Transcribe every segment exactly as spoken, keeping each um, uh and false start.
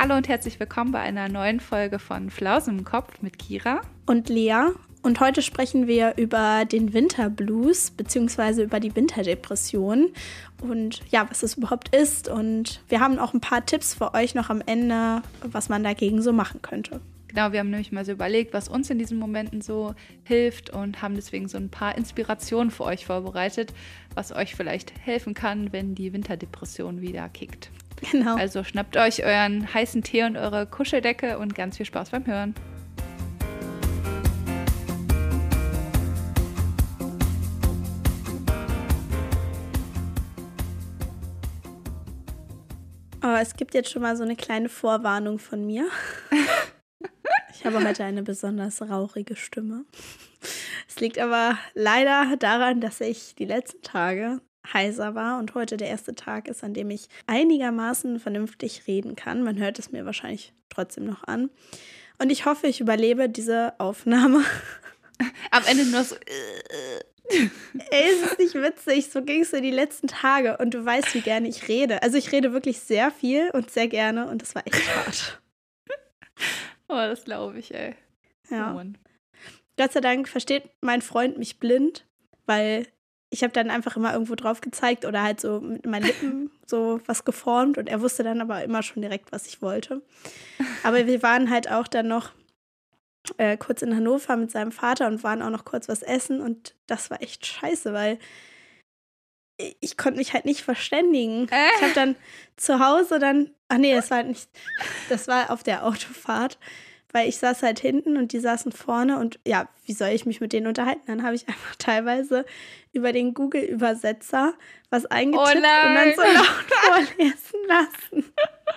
Hallo und herzlich willkommen bei einer neuen Folge von Flausen im Kopf mit Kira und Lea. Und heute sprechen wir über den Winterblues bzw. über die Winterdepression und ja, was das überhaupt ist. Und wir haben auch ein paar Tipps für euch noch am Ende, was man dagegen so machen könnte. Genau, wir haben nämlich mal so überlegt, was uns in diesen Momenten so hilft und haben deswegen so ein paar Inspirationen für euch vorbereitet, was euch vielleicht helfen kann, wenn die Winterdepression wieder kickt. Genau. Also schnappt euch euren heißen Tee und eure Kuscheldecke und ganz viel Spaß beim Hören. Oh, es gibt jetzt schon mal so eine kleine Vorwarnung von mir. Ich habe heute eine besonders rauchige Stimme. Es liegt aber leider daran, dass ich die letzten Tage heiser war und heute der erste Tag ist, an dem ich einigermaßen vernünftig reden kann. Man hört es mir wahrscheinlich trotzdem noch an. Und ich hoffe, ich überlebe diese Aufnahme. Am Ende nur so... Ey, es ist nicht witzig, so ging es so die letzten Tage und du weißt, wie gerne ich rede. Also ich rede wirklich sehr viel und sehr gerne und das war echt hart. Oh, das glaube ich, ey. Ja. Oh, Gott sei Dank versteht mein Freund mich blind, weil ich habe dann einfach immer irgendwo drauf gezeigt oder halt so mit meinen Lippen so was geformt und er wusste dann aber immer schon direkt, was ich wollte. Aber wir waren halt auch dann noch äh, kurz in Hannover mit seinem Vater und waren auch noch kurz was essen und das war echt scheiße, weil ich, ich konnte mich halt nicht verständigen. Äh? Ich habe dann zu Hause dann, ach nee, das war nicht, das war auf der Autofahrt, weil ich saß halt hinten und die saßen vorne und ja, wie soll ich mich mit denen unterhalten? Dann habe ich einfach teilweise über den Google-Übersetzer was eingetippt Oh und dann so laut vorlesen lassen.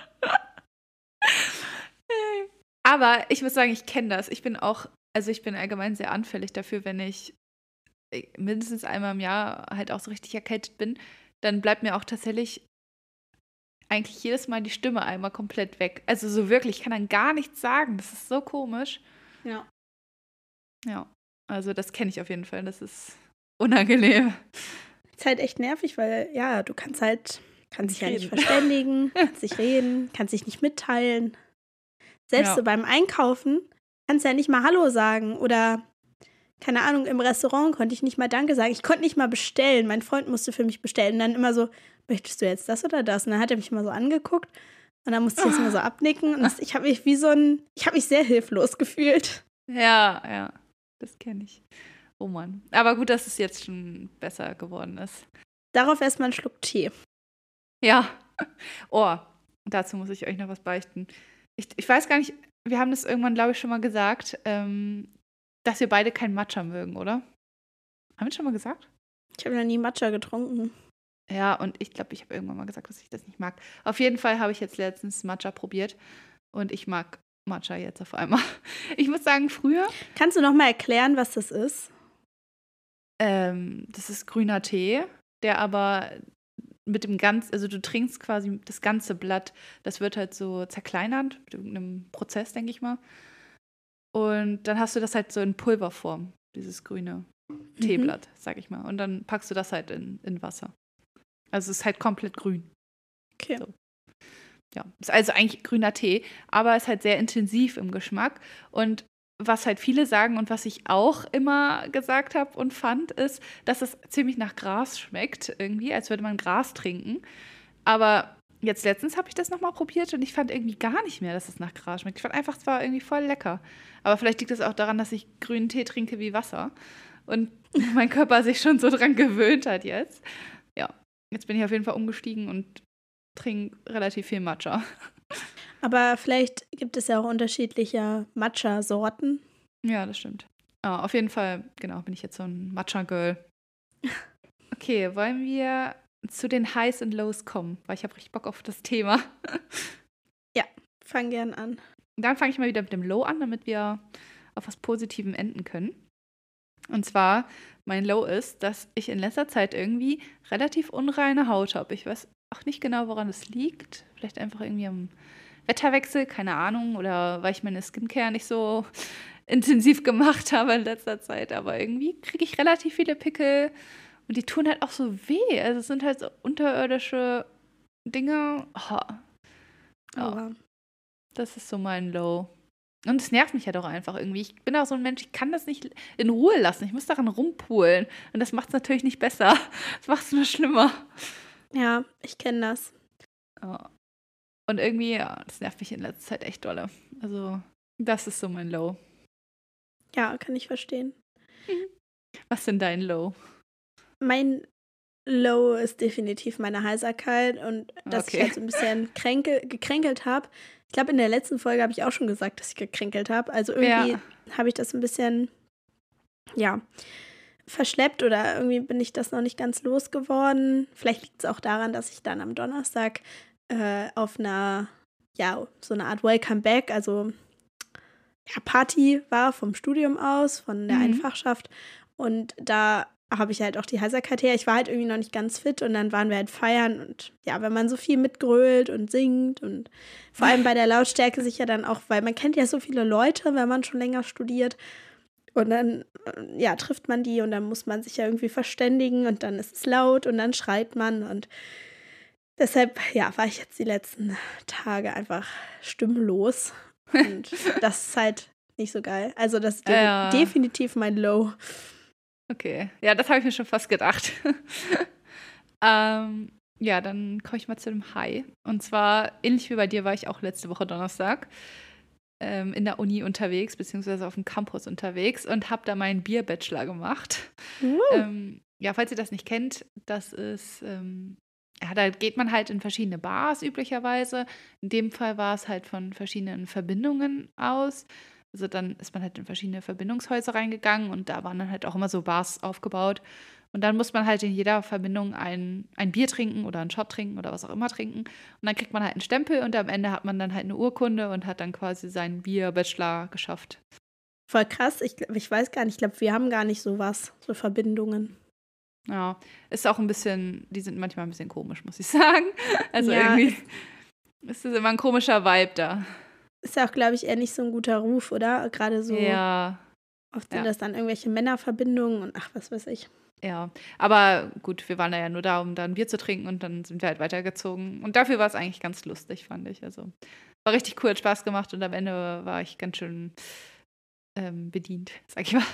Aber ich muss sagen, ich kenne das. Ich bin auch, also ich bin allgemein sehr anfällig dafür, wenn ich mindestens einmal im Jahr halt auch so richtig erkältet bin, dann bleibt mir auch tatsächlich eigentlich jedes Mal die Stimme einmal komplett weg. Also so wirklich, ich kann dann gar nichts sagen. Das ist so komisch. Ja. Ja, also das kenne ich auf jeden Fall. Das ist unangenehm. Ist halt echt nervig, weil ja, du kannst halt, kannst dich ja Reden. nicht verständigen, kannst nicht reden, kannst dich nicht mitteilen. Selbst Ja. so beim Einkaufen kannst du ja nicht mal Hallo sagen oder keine Ahnung, im Restaurant konnte ich nicht mal Danke sagen. Ich konnte nicht mal bestellen. Mein Freund musste für mich bestellen. Und dann immer so, möchtest du jetzt das oder das? Und dann hat er mich immer so angeguckt. Und dann musste ich das immer so abnicken. Und das, ich habe mich wie so ein, ich habe mich sehr hilflos gefühlt. Ja, ja, das kenne ich. Oh Mann. Aber gut, dass es jetzt schon besser geworden ist. Darauf erstmal einen Schluck Tee. Ja. Oh, dazu muss ich euch noch was beichten. Ich, ich weiß gar nicht, wir haben das irgendwann, glaube ich, schon mal gesagt, ähm, dass wir beide kein Matcha mögen, oder? Haben wir das schon mal gesagt? Ich habe noch nie Matcha getrunken. Ja, und ich glaube, ich habe irgendwann mal gesagt, dass ich das nicht mag. Auf jeden Fall habe ich jetzt letztens Matcha probiert und ich mag Matcha jetzt auf einmal. Ich muss sagen, früher... Kannst du noch mal erklären, was das ist? Ähm, das ist grüner Tee, der aber mit dem ganz, also du trinkst quasi das ganze Blatt. Das wird halt so zerkleinert mit irgendeinem Prozess, denke ich mal. Und dann hast du das halt so in Pulverform, dieses grüne Mhm. Teeblatt, sag ich mal. Und dann packst du das halt in, in Wasser. Also es ist halt komplett grün. Okay. So. Ja, ist also eigentlich grüner Tee, aber ist halt sehr intensiv im Geschmack. Und was halt viele sagen und was ich auch immer gesagt habe und fand, ist, dass es ziemlich nach Gras schmeckt irgendwie, als würde man Gras trinken. Aber jetzt letztens habe ich das nochmal probiert und ich fand irgendwie gar nicht mehr, dass es nach Gras schmeckt. Ich fand einfach, es war irgendwie voll lecker. Aber vielleicht liegt es auch daran, dass ich grünen Tee trinke wie Wasser und mein Körper sich schon so dran gewöhnt hat jetzt. Ja, jetzt bin ich auf jeden Fall umgestiegen und trinke relativ viel Matcha. Aber vielleicht gibt es ja auch unterschiedliche Matcha-Sorten. Ja, das stimmt. Ah, auf jeden Fall, genau, bin ich jetzt so ein Matcha-Girl. Okay, wollen wir zu den Highs und Lows kommen? Weil ich habe richtig Bock auf das Thema. Ja, fang gern an. Dann fange ich mal wieder mit dem Low an, damit wir auf was Positivem enden können. Und zwar, mein Low ist, dass ich in letzter Zeit irgendwie relativ unreine Haut habe. Ich weiß auch nicht genau, woran es liegt. Vielleicht einfach irgendwie am Wetterwechsel, keine Ahnung. Oder weil ich meine Skincare nicht so intensiv gemacht habe in letzter Zeit. Aber irgendwie kriege ich relativ viele Pickel und die tun halt auch so weh. Also es sind halt so unterirdische Dinge. Oh. Ja. Aber Das ist so mein Low. Und es nervt mich ja doch einfach irgendwie. Ich bin auch so ein Mensch, ich kann das nicht in Ruhe lassen. Ich muss daran rumpulen. Und das macht es natürlich nicht besser. Das macht es nur schlimmer. Ja, ich kenne das. Ja. Und irgendwie, ja, das nervt mich in letzter Zeit echt dolle. Also, das ist so mein Low. Ja, kann ich verstehen. Was ist denn dein Low? Mein Low ist definitiv meine Heiserkeit und dass Okay. ich halt so ein bisschen kränke, gekränkelt habe. Ich glaube, in der letzten Folge habe ich auch schon gesagt, dass ich gekränkelt habe. Also irgendwie Ja. habe ich das ein bisschen, ja, verschleppt oder irgendwie bin ich das noch nicht ganz losgeworden. Vielleicht liegt es auch daran, dass ich dann am Donnerstag äh, auf einer, ja, so eine Art Welcome Back, also ja, Party war vom Studium aus, von der Mhm. einen Fachschaft. Und da habe ich halt auch die Heiserkeit her. Ich war halt irgendwie noch nicht ganz fit und dann waren wir halt feiern. Und ja, wenn man so viel mitgrölt und singt und vor allem bei der Lautstärke sich ja dann auch, weil man kennt ja so viele Leute, wenn man schon länger studiert. Und dann, äh, ja, trifft man die und dann muss man sich ja irgendwie verständigen und dann ist es laut und dann schreit man. Und deshalb, ja, war ich jetzt die letzten Tage einfach stimmlos. Und das ist halt nicht so geil. Also das ist de Ja. definitiv mein Low. Okay. Ja, das habe ich mir schon fast gedacht. ähm, ja, dann komme ich mal zu dem High. Und zwar, ähnlich wie bei dir, war ich auch letzte Woche Donnerstag ähm, in der Uni unterwegs, beziehungsweise auf dem Campus unterwegs und habe da meinen Bier-Bachelor gemacht. Uh. Ähm, ja, falls ihr das nicht kennt, das ist, ähm, ja, da geht man halt in verschiedene Bars üblicherweise. In dem Fall war es halt von verschiedenen Verbindungen aus. Also dann ist man halt in verschiedene Verbindungshäuser reingegangen und da waren dann halt auch immer so Bars aufgebaut. Und dann muss man halt in jeder Verbindung ein, ein Bier trinken oder einen Shot trinken oder was auch immer trinken. Und dann kriegt man halt einen Stempel und am Ende hat man dann halt eine Urkunde und hat dann quasi seinen Bier-Bachelor geschafft. Voll krass. Ich, glaub- ich weiß gar nicht, ich glaube, wir haben gar nicht sowas, so Verbindungen. Ja, ist auch ein bisschen, die sind manchmal ein bisschen komisch, muss ich sagen. Also Ja, irgendwie ist es immer ein komischer Vibe da. Ist ja auch, glaube ich, eher nicht so ein guter Ruf, oder? Gerade so, Ja, oft sind ja. das dann irgendwelche Männerverbindungen und ach, was weiß ich. ja. Aber gut, wir waren da ja nur da, um da ein Bier zu trinken und dann sind wir halt weitergezogen. Und dafür war es eigentlich ganz lustig, fand ich. Also war richtig cool, hat Spaß gemacht und am Ende war ich ganz schön ähm, bedient, sag ich mal.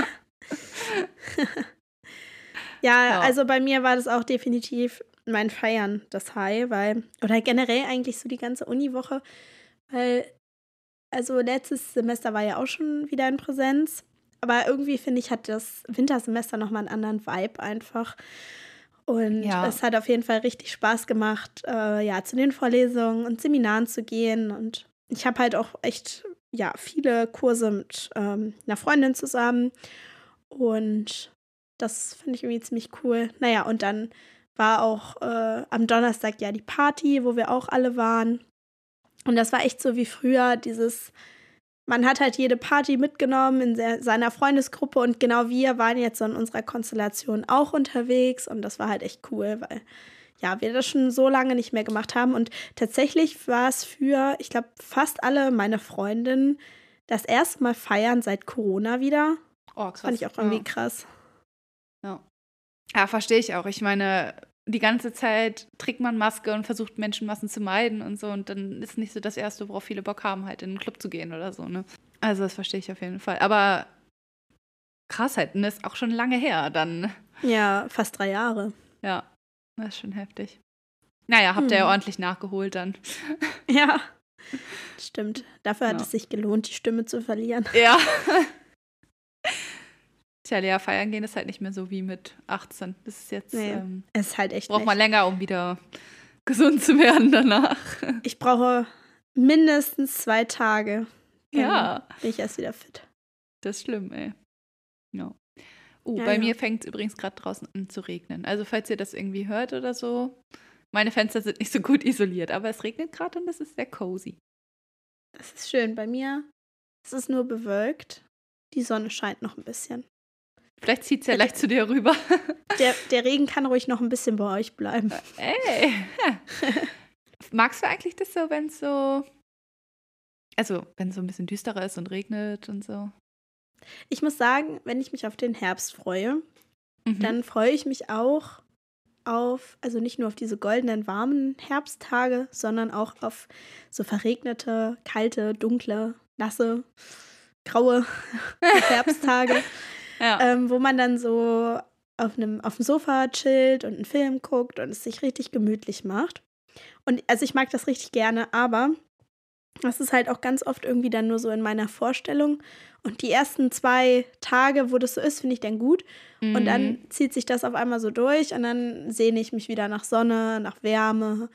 Ja, Ja. also bei mir war das auch definitiv mein Feiern, das High, weil, oder generell eigentlich so die ganze Uniwoche, weil, also letztes Semester war ja auch schon wieder in Präsenz, aber irgendwie finde ich, hat das Wintersemester nochmal einen anderen Vibe einfach. Und Ja. es hat auf jeden Fall richtig Spaß gemacht, äh, ja, zu den Vorlesungen und Seminaren zu gehen. Und ich habe halt auch echt, ja, viele Kurse mit ähm, einer Freundin zusammen. Und das finde ich irgendwie ziemlich cool. Naja, und dann war auch äh, am Donnerstag ja die Party, wo wir auch alle waren. Und das war echt so wie früher, dieses, man hat halt jede Party mitgenommen in se- seiner Freundesgruppe und genau wir waren jetzt so in unserer Konstellation auch unterwegs und das war halt echt cool, weil ja, wir das schon so lange nicht mehr gemacht haben und tatsächlich war es für, ich glaube, fast alle meine Freundinnen das erste Mal feiern seit Corona wieder. Oh, krass. Fand ich auch irgendwie ja. krass. Ja, ja verstehe ich auch. Ich meine, die ganze Zeit trägt man Maske und versucht Menschenmassen zu meiden und so. Und dann ist nicht so das Erste, worauf viele Bock haben, halt in einen Club zu gehen oder so, ne? Also das verstehe ich auf jeden Fall. Aber krass halt, ne? Ist auch schon lange her dann. Ja, fast drei Jahre. Ja, das ist schon heftig. Naja, habt ihr ja Hm. ordentlich nachgeholt dann. Ja, stimmt. Dafür hat Ja. es sich gelohnt, die Stimme zu verlieren. Ja. Tja, Lea, feiern gehen ist halt nicht mehr so wie mit achtzehn. Das ist jetzt, Nee, ähm, es ist halt echt braucht nicht. man länger, um wieder gesund zu werden danach. Ich brauche mindestens zwei Tage. Dann Ja. bin ich erst wieder fit. Das ist schlimm, ey. Ja. Oh, Ja, bei ja. mir fängt es übrigens gerade draußen an zu regnen. Also falls ihr das irgendwie hört oder so, meine Fenster sind nicht so gut isoliert, aber es regnet gerade und es ist sehr cozy. Das ist schön. Bei mir ist es nur bewölkt. Die Sonne scheint noch ein bisschen. Vielleicht zieht es ja leicht zu dir rüber. Der, der Regen kann ruhig noch ein bisschen bei euch bleiben. Ey. Magst du eigentlich das so, wenn es so, also wenn es so ein bisschen düsterer ist und regnet und so? Ich muss sagen, wenn ich mich auf den Herbst freue, Mhm. dann freue ich mich auch auf, also nicht nur auf diese goldenen, warmen Herbsttage, sondern auch auf so verregnete, kalte, dunkle, nasse, graue Herbsttage, Ja. ähm, wo man dann so auf einem auf dem Sofa chillt und einen Film guckt und es sich richtig gemütlich macht. Und also ich mag das richtig gerne, aber das ist halt auch ganz oft irgendwie dann nur so in meiner Vorstellung. Und die ersten zwei Tage, wo das so ist, finde ich dann gut. Und Mhm. dann zieht sich das auf einmal so durch und dann sehne ich mich wieder nach Sonne, nach Wärme.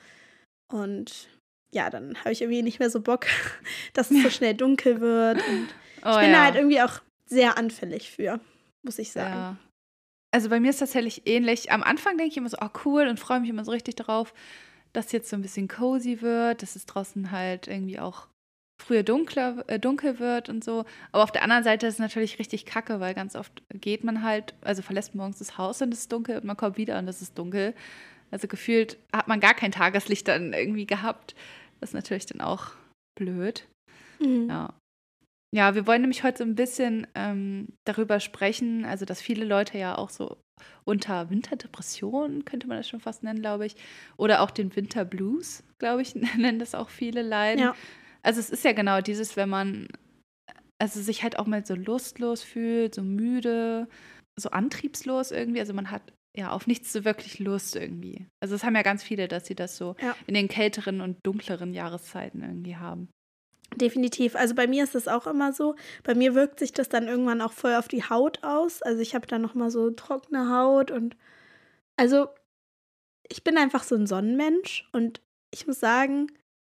Und ja, dann habe ich irgendwie nicht mehr so Bock, dass es so schnell dunkel wird. Und Oh ich bin da ja. halt irgendwie auch sehr anfällig für, muss ich sagen. Ja. Also bei mir ist das tatsächlich ähnlich. Am Anfang denke ich immer so, oh cool, und freue mich immer so richtig drauf, dass jetzt so ein bisschen cozy wird, dass es draußen halt irgendwie auch früher dunkler, äh, dunkel wird und so. Aber auf der anderen Seite ist es natürlich richtig kacke, weil ganz oft geht man halt, also verlässt morgens das Haus und es ist dunkel und man kommt wieder und es ist dunkel. Also gefühlt hat man gar kein Tageslicht dann irgendwie gehabt. Das ist natürlich dann auch blöd. Mhm. Ja. Ja, wir wollen nämlich heute so ein bisschen ähm, darüber sprechen, also dass viele Leute ja auch so unter Winterdepressionen, könnte man das schon fast nennen, glaube ich, oder auch den Winterblues, glaube ich, nennen das auch viele leiden. Ja. Also es ist ja genau dieses, wenn man also sich halt auch mal so lustlos fühlt, so müde, so antriebslos irgendwie. Also man hat ja auf nichts so wirklich Lust irgendwie. Also es haben ja ganz viele, dass sie das so Ja. in den kälteren und dunkleren Jahreszeiten irgendwie haben. Definitiv. Also bei mir ist das auch immer so. Bei mir wirkt sich das dann irgendwann auch voll auf die Haut aus. Also ich habe dann noch mal so trockene Haut und also ich bin einfach so ein Sonnenmensch und ich muss sagen,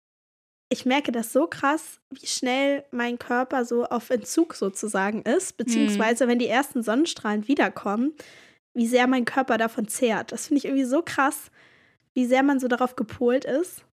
ich merke das so krass, wie schnell mein Körper so auf Entzug sozusagen ist, beziehungsweise wenn die ersten Sonnenstrahlen wiederkommen, wie sehr mein Körper davon zehrt. Das finde ich irgendwie so krass, wie sehr man so darauf gepolt ist.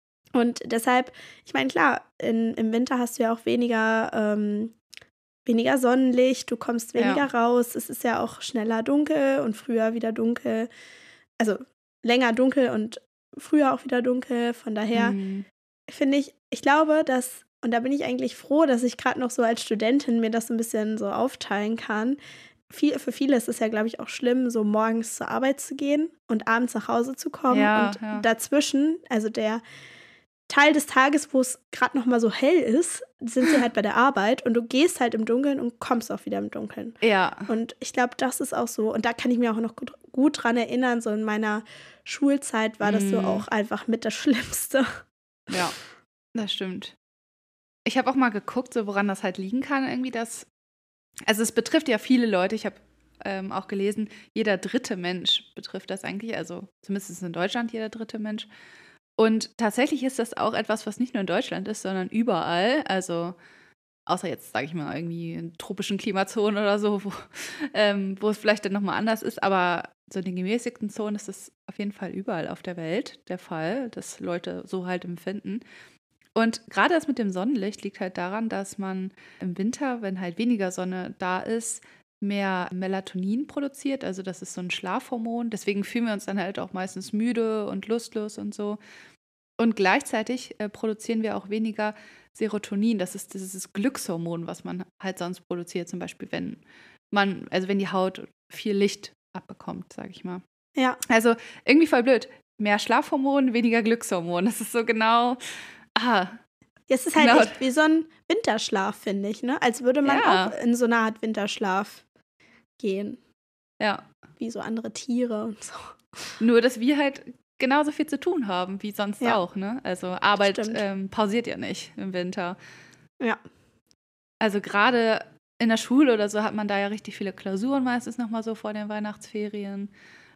Und deshalb, ich meine, klar, in, im Winter hast du ja auch weniger, ähm, weniger Sonnenlicht, du kommst weniger Ja. raus, es ist ja auch schneller dunkel und früher wieder dunkel. Also länger dunkel und früher auch wieder dunkel. Von daher Mhm. finde ich, ich glaube, dass, und da bin ich eigentlich froh, dass ich gerade noch so als Studentin mir das so ein bisschen so aufteilen kann. Viel, für viele ist es ja, glaube ich, auch schlimm, so morgens zur Arbeit zu gehen und abends nach Hause zu kommen. Ja, und ja. dazwischen, also der Teil des Tages, wo es gerade noch mal so hell ist, sind sie halt bei der Arbeit und du gehst halt im Dunkeln und kommst auch wieder im Dunkeln. Ja. Und ich glaube, das ist auch so, und da kann ich mir auch noch gut, gut dran erinnern, so in meiner Schulzeit war das so Mm. auch einfach mit das Schlimmste. Ja, das stimmt. Ich habe auch mal geguckt, so woran das halt liegen kann, irgendwie das. Also es betrifft ja viele Leute. Ich habe ähm, auch gelesen, jeder dritte Mensch betrifft das eigentlich. Also zumindest in Deutschland jeder dritte Mensch. Und tatsächlich ist das auch etwas, was nicht nur in Deutschland ist, sondern überall. Also außer jetzt, sage ich mal, irgendwie in tropischen Klimazonen oder so, wo, ähm, wo es vielleicht dann nochmal anders ist. Aber so in den gemäßigten Zonen ist das auf jeden Fall überall auf der Welt der Fall, dass Leute so halt empfinden. Und gerade das mit dem Sonnenlicht liegt halt daran, dass man im Winter, wenn halt weniger Sonne da ist, mehr Melatonin produziert. Also das ist so ein Schlafhormon. Deswegen fühlen wir uns dann halt auch meistens müde und lustlos und so. Und gleichzeitig äh, produzieren wir auch weniger Serotonin. Das ist dieses Glückshormon, was man halt sonst produziert. Zum Beispiel, wenn man, also wenn die Haut viel Licht abbekommt, sage ich mal. Ja. Also irgendwie voll blöd. Mehr Schlafhormon, weniger Glückshormon. Das ist so genau. Ah. Es ist halt Genau. echt wie so ein Winterschlaf, finde ich, ne? Als würde man Ja. auch in so eine Art Winterschlaf gehen. Ja. Wie so andere Tiere und so. Nur, dass wir halt genauso viel zu tun haben wie sonst Ja. auch, ne? Also Arbeit Stimmt. ähm, pausiert ja nicht im Winter. Ja. Also gerade in der Schule oder so hat man da ja richtig viele Klausuren meistens nochmal so vor den Weihnachtsferien.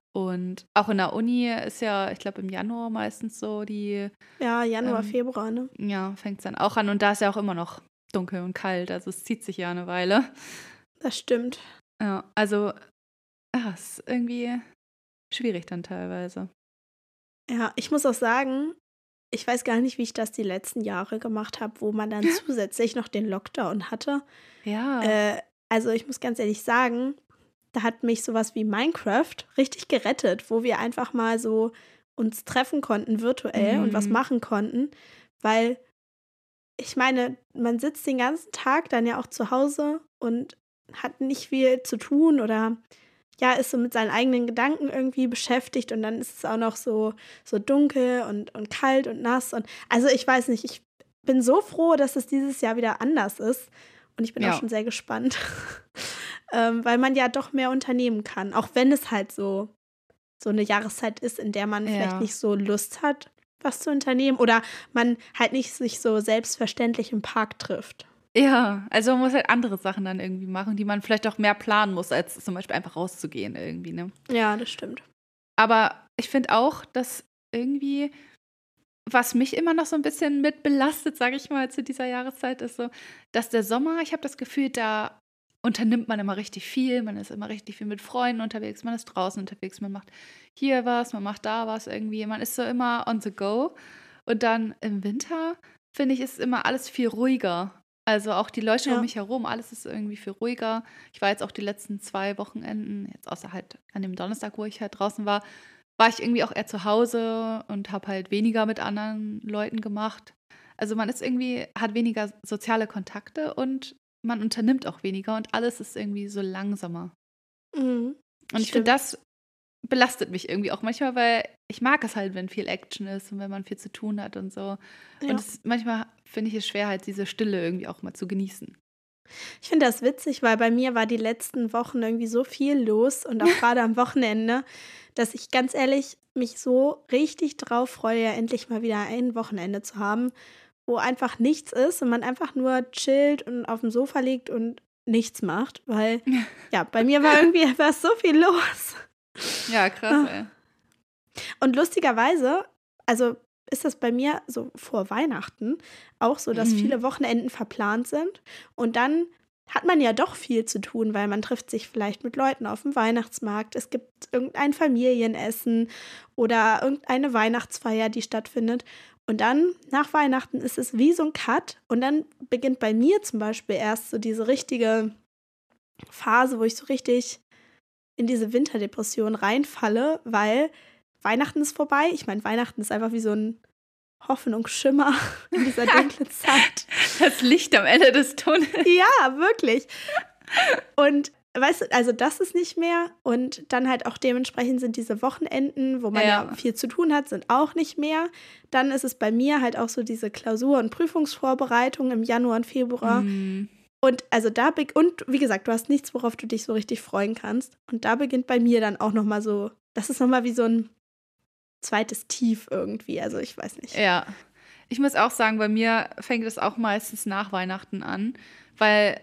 Und auch in der Uni ist ja, ich glaube, im Januar meistens so die, Ja, Januar, Ähm, Februar, ne? ja, fängt es dann auch an. Und da ist ja auch immer noch dunkel und kalt. Also es zieht sich ja eine Weile. Das stimmt. Ja, also ah, es ist irgendwie schwierig dann teilweise. Ja, ich muss auch sagen, ich weiß gar nicht, wie ich das die letzten Jahre gemacht habe, wo man dann zusätzlich noch den Lockdown hatte. Ja. Äh, also ich muss ganz ehrlich sagen, da hat mich sowas wie Minecraft richtig gerettet, wo wir einfach mal so uns treffen konnten virtuell und was Mhm. machen konnten, weil ich meine, man sitzt den ganzen Tag dann ja auch zu Hause und hat nicht viel zu tun oder ja, ist so mit seinen eigenen Gedanken irgendwie beschäftigt und dann ist es auch noch so, so dunkel und, und kalt und nass. Und also ich weiß nicht, ich bin so froh, dass es dieses Jahr wieder anders ist und ich bin auch Ja. schon sehr gespannt, ähm, weil man ja doch mehr unternehmen kann, auch wenn es halt so, so eine Jahreszeit ist, in der man vielleicht Ja. nicht so Lust hat, was zu unternehmen oder man halt nicht sich so selbstverständlich im Park trifft. Ja, also man muss halt andere Sachen dann irgendwie machen, die man vielleicht auch mehr planen muss, als zum Beispiel einfach rauszugehen irgendwie, ne? Ja, das stimmt. Aber ich finde auch, dass irgendwie, was mich immer noch so ein bisschen mit belastet, sage ich mal, zu dieser Jahreszeit, ist so, dass der Sommer, ich habe das Gefühl, da unternimmt man immer richtig viel, man ist immer richtig viel mit Freunden unterwegs, man ist draußen unterwegs, man macht hier was, man macht da was irgendwie, man ist so immer on the go. Und dann im Winter, finde ich, ist immer alles viel ruhiger. Also auch die Leute um Ja. mich herum, alles ist irgendwie viel ruhiger. Ich war jetzt auch die letzten zwei Wochenenden, jetzt außer halt an dem Donnerstag, wo ich halt draußen war, war ich irgendwie auch eher zu Hause und habe halt weniger mit anderen Leuten gemacht. Also man ist irgendwie, hat weniger soziale Kontakte und man unternimmt auch weniger und alles ist irgendwie so langsamer. Mhm. Und ich finde, das belastet mich irgendwie auch manchmal, weil ich mag es halt, wenn viel Action ist und wenn man viel zu tun hat und so. Ja. Und es, manchmal finde ich es schwer, halt diese Stille irgendwie auch mal zu genießen. Ich finde das witzig, weil bei mir war die letzten Wochen irgendwie so viel los und auch gerade am Wochenende, dass ich ganz ehrlich mich so richtig drauf freue, ja endlich mal wieder ein Wochenende zu haben, wo einfach nichts ist und man einfach nur chillt und auf dem Sofa liegt und nichts macht, weil ja, bei mir war irgendwie einfach so viel los. Ja, krass, ey. Und lustigerweise, also ist das bei mir so vor Weihnachten auch so, dass Mhm. viele Wochenenden verplant sind und dann hat man ja doch viel zu tun, weil man trifft sich vielleicht mit Leuten auf dem Weihnachtsmarkt. Es gibt irgendein Familienessen oder irgendeine Weihnachtsfeier, die stattfindet. Und dann nach Weihnachten ist es wie so ein Cut und dann beginnt bei mir zum Beispiel erst so diese richtige Phase, wo ich so richtig in diese Winterdepression reinfalle, weil Weihnachten ist vorbei. Ich meine, Weihnachten ist einfach wie so ein Hoffnungsschimmer in dieser dunklen Zeit. Das Licht am Ende des Tunnels. Ja, wirklich. Und weißt du, also das ist nicht mehr. Und dann halt auch dementsprechend sind diese Wochenenden, wo man ja, Ja. viel zu tun hat, sind auch nicht mehr. Dann ist es bei mir halt auch so diese Klausur- und Prüfungsvorbereitung im Januar und Februar. Mhm. Und also da be- und wie gesagt, du hast nichts, worauf du dich so richtig freuen kannst. Und da beginnt bei mir dann auch noch mal so, das ist noch mal wie so ein zweites Tief irgendwie. Also ich weiß nicht. Ja. Ich muss auch sagen, bei mir fängt es auch meistens nach Weihnachten an, weil,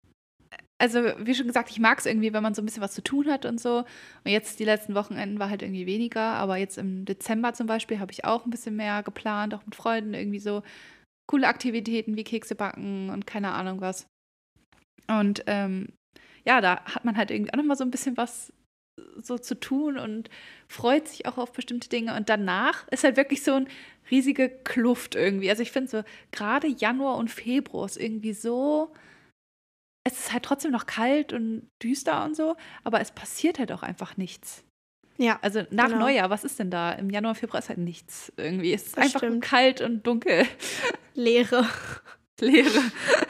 also wie schon gesagt, ich mag es irgendwie, wenn man so ein bisschen was zu tun hat und so. Und jetzt die letzten Wochenenden war halt irgendwie weniger, aber jetzt im Dezember zum Beispiel habe ich auch ein bisschen mehr geplant, auch mit Freunden irgendwie so coole Aktivitäten wie Kekse backen und keine Ahnung was. Und ähm, ja, da hat man halt irgendwie auch noch mal so ein bisschen was so zu tun und freut sich auch auf bestimmte Dinge. Und danach ist halt wirklich so eine riesige Kluft irgendwie. Also ich finde so, gerade Januar und Februar ist irgendwie so, es ist halt trotzdem noch kalt und düster und so, aber es passiert halt auch einfach nichts. Ja, Also nach genau. Neujahr, was ist denn da? Im Januar, Februar ist halt nichts irgendwie. Es ist Das einfach stimmt. kalt und dunkel. Leere. Leere.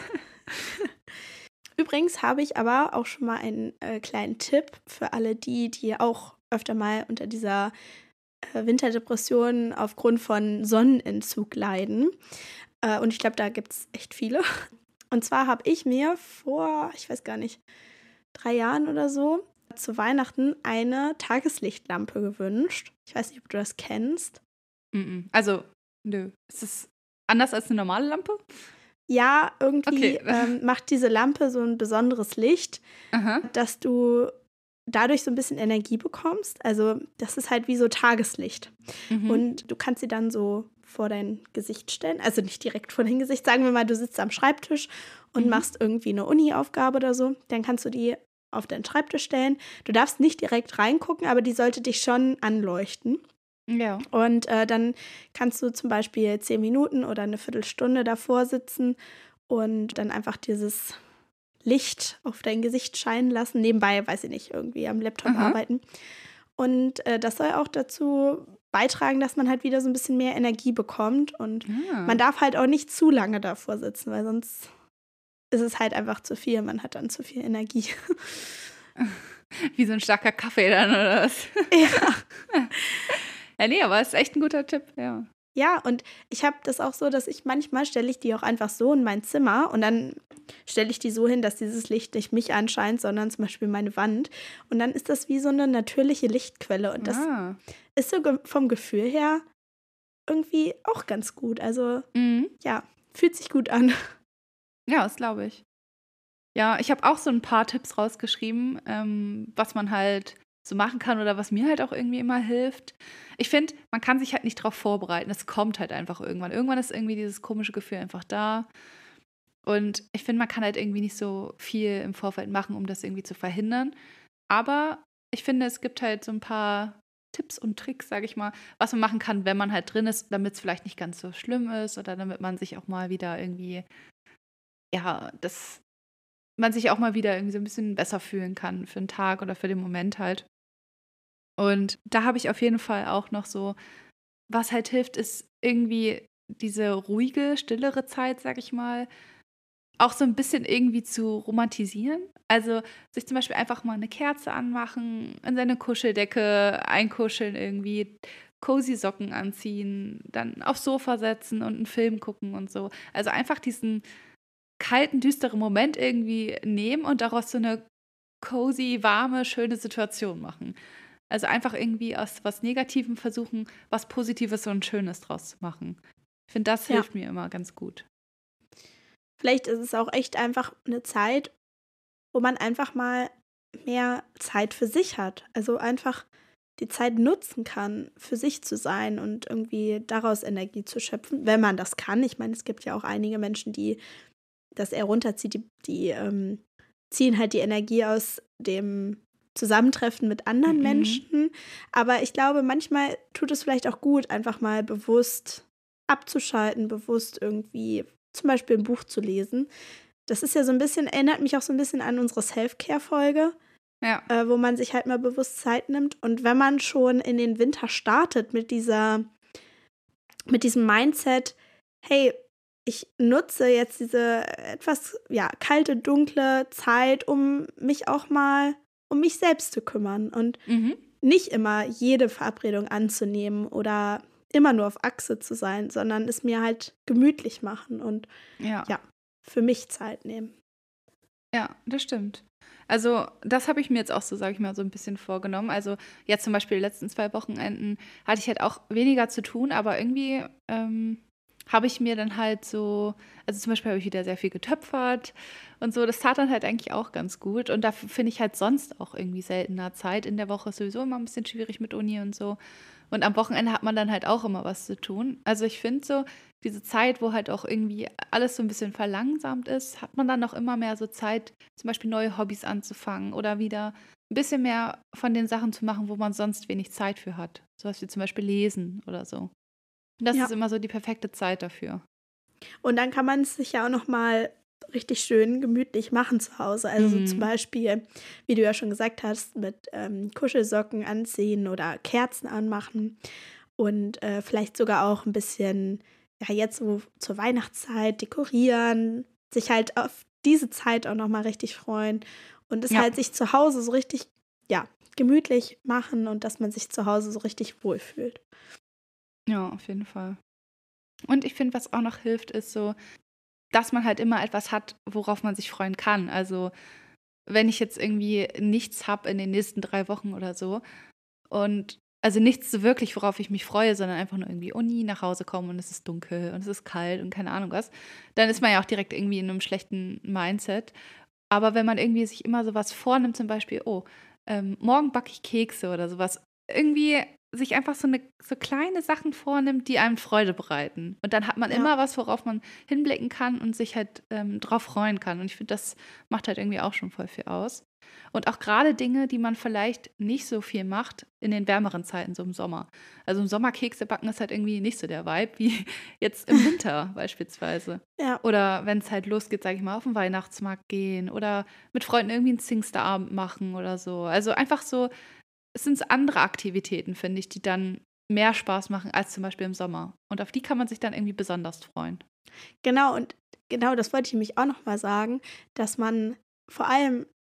Übrigens habe ich aber auch schon mal einen äh, kleinen Tipp für alle die, die auch öfter mal unter dieser äh, Winterdepression aufgrund von Sonnenentzug leiden. Äh, und ich glaube, da gibt es echt viele. Und zwar habe ich mir vor, ich weiß gar nicht, drei Jahren oder so, zu Weihnachten eine Tageslichtlampe gewünscht. Ich weiß nicht, ob du das kennst. Mhm. Also, nö. Ist es anders als eine normale Lampe? Ja, irgendwie Okay. ähm, macht diese Lampe so ein besonderes Licht, Aha. dass du dadurch so ein bisschen Energie bekommst. Also das ist halt wie so Tageslicht. Mhm. Und du kannst sie dann so vor dein Gesicht stellen. Also nicht direkt vor dein Gesicht. Sagen wir mal, du sitzt am Schreibtisch und Mhm. machst irgendwie eine Uni-Aufgabe oder so. Dann kannst du die auf deinen Schreibtisch stellen. Du darfst nicht direkt reingucken, aber die sollte dich schon anleuchten. Ja. Und äh, dann kannst du zum Beispiel zehn Minuten oder eine Viertelstunde davor sitzen und dann einfach dieses Licht auf dein Gesicht scheinen lassen. Nebenbei, weiß ich nicht, irgendwie am Laptop Aha. arbeiten. Und äh, das soll auch dazu beitragen, dass man halt wieder so ein bisschen mehr Energie bekommt. Und Ah. man darf halt auch nicht zu lange davor sitzen, weil sonst ist es halt einfach zu viel. Man hat dann zu viel Energie. Wie so ein starker Kaffee dann, oder was? Ja. Ja, nee, aber ist echt ein guter Tipp, ja. Ja, und ich habe das auch so, dass ich manchmal stelle ich die auch einfach so in mein Zimmer und dann stelle ich die so hin, dass dieses Licht nicht mich anscheint, sondern zum Beispiel meine Wand. Und dann ist das wie so eine natürliche Lichtquelle. Und das Ah. ist so ge- vom Gefühl her irgendwie auch ganz gut. Also Mhm. ja, fühlt sich gut an. Ja, das glaube ich. Ja, ich habe auch so ein paar Tipps rausgeschrieben, ähm, was man halt so machen kann oder was mir halt auch irgendwie immer hilft. Ich finde, man kann sich halt nicht drauf vorbereiten. Es kommt halt einfach irgendwann. Irgendwann ist irgendwie dieses komische Gefühl einfach da. Und ich finde, man kann halt irgendwie nicht so viel im Vorfeld machen, um das irgendwie zu verhindern. Aber ich finde, es gibt halt so ein paar Tipps und Tricks, sage ich mal, was man machen kann, wenn man halt drin ist, damit es vielleicht nicht ganz so schlimm ist oder damit man sich auch mal wieder irgendwie, ja, das, man sich auch mal wieder irgendwie so ein bisschen besser fühlen kann für einen Tag oder für den Moment halt. Und da habe ich auf jeden Fall auch noch so, was halt hilft, ist irgendwie diese ruhige, stillere Zeit, sag ich mal, auch so ein bisschen irgendwie zu romantisieren. Also sich zum Beispiel einfach mal eine Kerze anmachen, in seine Kuscheldecke einkuscheln irgendwie, cozy Socken anziehen, dann aufs Sofa setzen und einen Film gucken und so. Also einfach diesen kalten, düsteren Moment irgendwie nehmen und daraus so eine cozy, warme, schöne Situation machen. Also einfach irgendwie aus was Negativem versuchen, was Positives und Schönes draus zu machen. Ich finde, das Ja, hilft mir immer ganz gut. vielleicht ist es auch echt einfach eine Zeit, wo man einfach mal mehr Zeit für sich hat. Also einfach die Zeit nutzen kann, für sich zu sein und irgendwie daraus Energie zu schöpfen, wenn man das kann. Ich meine, es gibt ja auch einige Menschen, die das eher runterzieht, die, die ähm, ziehen halt die Energie aus dem Zusammentreffen mit anderen Mhm. Menschen. Aber ich glaube, manchmal tut es vielleicht auch gut, einfach mal bewusst abzuschalten, bewusst irgendwie zum Beispiel ein Buch zu lesen. Das ist ja so ein bisschen, erinnert mich auch so ein bisschen an unsere Self-Care-Folge, Ja. äh, wo man sich halt mal bewusst Zeit nimmt. Und wenn man schon in den Winter startet mit dieser, mit diesem Mindset, hey, ich nutze jetzt diese etwas, ja, kalte, dunkle Zeit, um mich auch mal um mich selbst zu kümmern und Mhm. nicht immer jede Verabredung anzunehmen oder immer nur auf Achse zu sein, sondern es mir halt gemütlich machen und Ja. ja, für mich Zeit nehmen. Ja, das stimmt. Also, das habe ich mir jetzt auch so, sage ich mal, so ein bisschen vorgenommen. Also, jetzt zum Beispiel die letzten zwei Wochenenden hatte ich halt auch weniger zu tun, aber irgendwie ähm, habe ich mir dann halt so, also zum Beispiel habe ich wieder sehr viel getöpfert und so. Das tat dann halt eigentlich auch ganz gut. Und dafür finde ich halt sonst auch irgendwie seltener Zeit. In der Woche ist sowieso immer ein bisschen schwierig mit Uni und so. Und am Wochenende hat man dann halt auch immer was zu tun. Also ich finde so, diese Zeit, wo halt auch irgendwie alles so ein bisschen verlangsamt ist, hat man dann auch immer mehr so Zeit, zum Beispiel neue Hobbys anzufangen oder wieder ein bisschen mehr von den Sachen zu machen, wo man sonst wenig Zeit für hat. Sowas wie zum Beispiel lesen oder so. Und das ist Ja. immer so die perfekte Zeit dafür. Und dann kann man es sich ja auch noch mal richtig schön gemütlich machen zu Hause. Also so zum Mhm. Beispiel, wie du ja schon gesagt hast, mit ähm, Kuschelsocken anziehen oder Kerzen anmachen und äh, vielleicht sogar auch ein bisschen, ja, jetzt so zur Weihnachtszeit dekorieren, sich halt auf diese Zeit auch noch mal richtig freuen und es Ja, halt sich zu Hause so richtig, ja, gemütlich machen und dass man sich zu Hause so richtig wohlfühlt. ja, auf jeden Fall. Und ich finde, was auch noch hilft, ist so, dass man halt immer etwas hat, worauf man sich freuen kann. Also wenn ich jetzt irgendwie nichts habe in den nächsten drei Wochen oder so und also nichts so wirklich, worauf ich mich freue, sondern einfach nur irgendwie Uni, nach Hause kommen und es ist dunkel und es ist kalt und keine Ahnung was, dann ist man ja auch direkt irgendwie in einem schlechten Mindset. Aber wenn man irgendwie sich immer so was vornimmt, zum Beispiel, oh, ähm, morgen backe ich Kekse oder sowas, irgendwie sich einfach so eine so kleine Sachen vornimmt, die einem Freude bereiten. Und dann hat man Ja. immer was, worauf man hinblicken kann und sich halt ähm, drauf freuen kann. Und ich finde, das macht halt irgendwie auch schon voll viel aus. Und auch gerade Dinge, die man vielleicht nicht so viel macht in den wärmeren Zeiten, so im Sommer. Also im Sommer Kekse backen ist halt irgendwie nicht so der Vibe wie jetzt im Winter beispielsweise. Ja. Oder wenn es halt losgeht, sage ich mal, auf den Weihnachtsmarkt gehen oder mit Freunden irgendwie einen Singsterabend machen oder so. Also einfach so, es sind andere Aktivitäten, finde ich, die dann mehr Spaß machen als zum Beispiel im Sommer. Und auf die kann man sich dann irgendwie besonders freuen. Genau, und genau das wollte ich nämlich auch noch mal sagen, dass man vor allem